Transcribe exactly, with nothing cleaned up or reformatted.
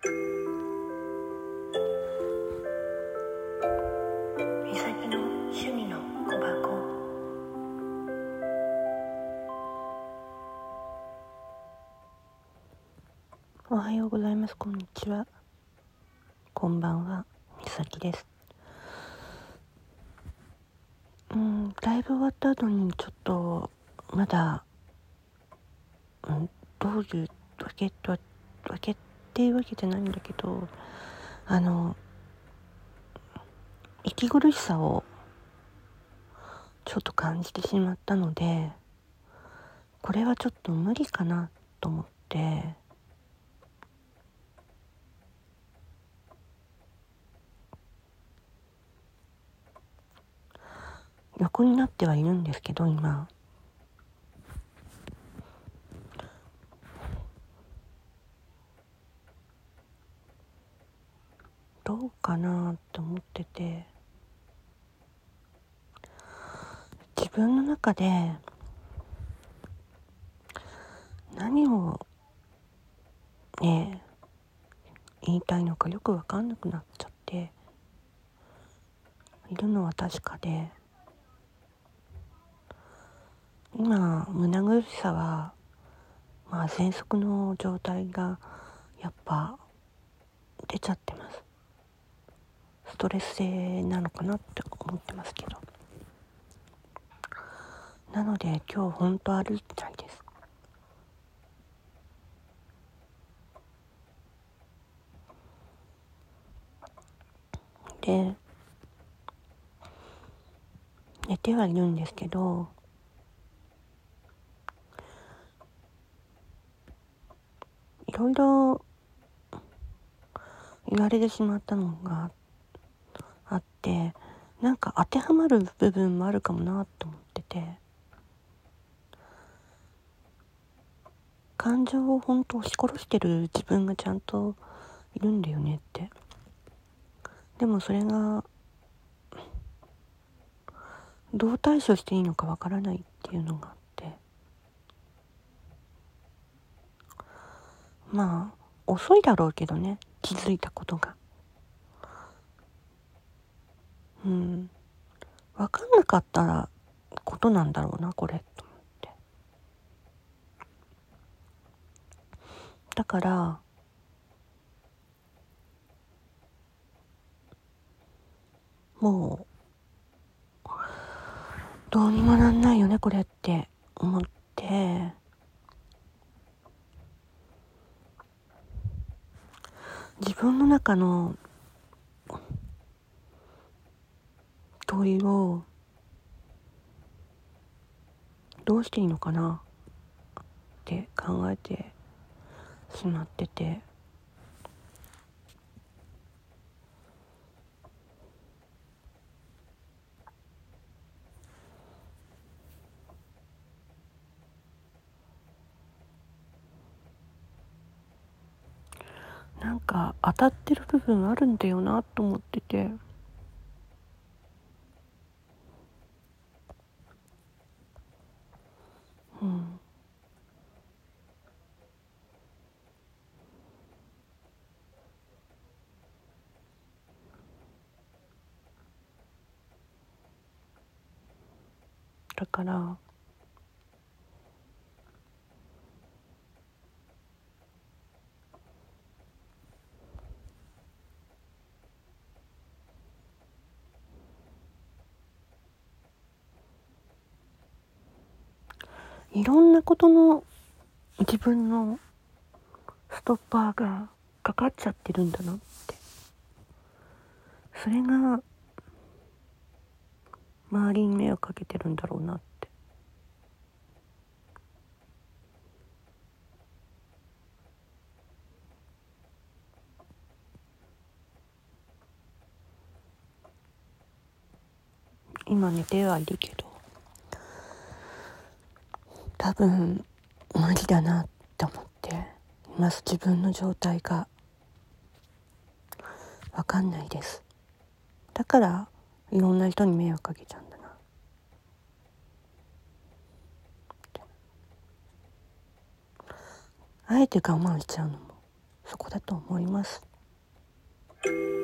みさきの趣味の小箱。おはようございます。こんにちは。こんばんは。みさきです。うん、ライブ終わった後にちょっとまだ、うん、どういうわけとわけっていうわけじゃないんだけど、あの息苦しさをちょっと感じてしまったので、これはちょっと無理かなと思って横になってはいるんですけど、今どうかなと思ってて、自分の中で何をね言いたいのかよく分かんなくなっちゃっているのは確かで、今胸苦しさはまあ喘息の状態がやっぱ出ちゃってます。ストレス性なのかなって思ってますけど、なので今日本当歩いたいです。で寝てはいるんですけど、いろいろ言われてしまったのがあって、なんか当てはまる部分もあるかもなと思ってて、感情を本当押し殺してる自分がちゃんといるんだよねって。でもそれがどう対処していいのかわからないっていうのがあって、まあ遅いだろうけどね、気づいたことが。うん分かんなかったらことなんだろうなこれと思って。だからもうどうにもなんないよねこれって思って、自分の中の問いをどうしていいのかなって考えてしまってて、なんか当たってる部分あるんだよなと思ってて、うんだからいろんなことの自分のストッパーがかかっちゃってるんだなって、それが周りに迷惑かけてるんだろうなって。今寝てはいるけど多分無理だなって思っています。自分の状態が分かんないです。だからいろんな人に迷惑かけちゃうんだな。あえて我慢しちゃうのもそこだと思います。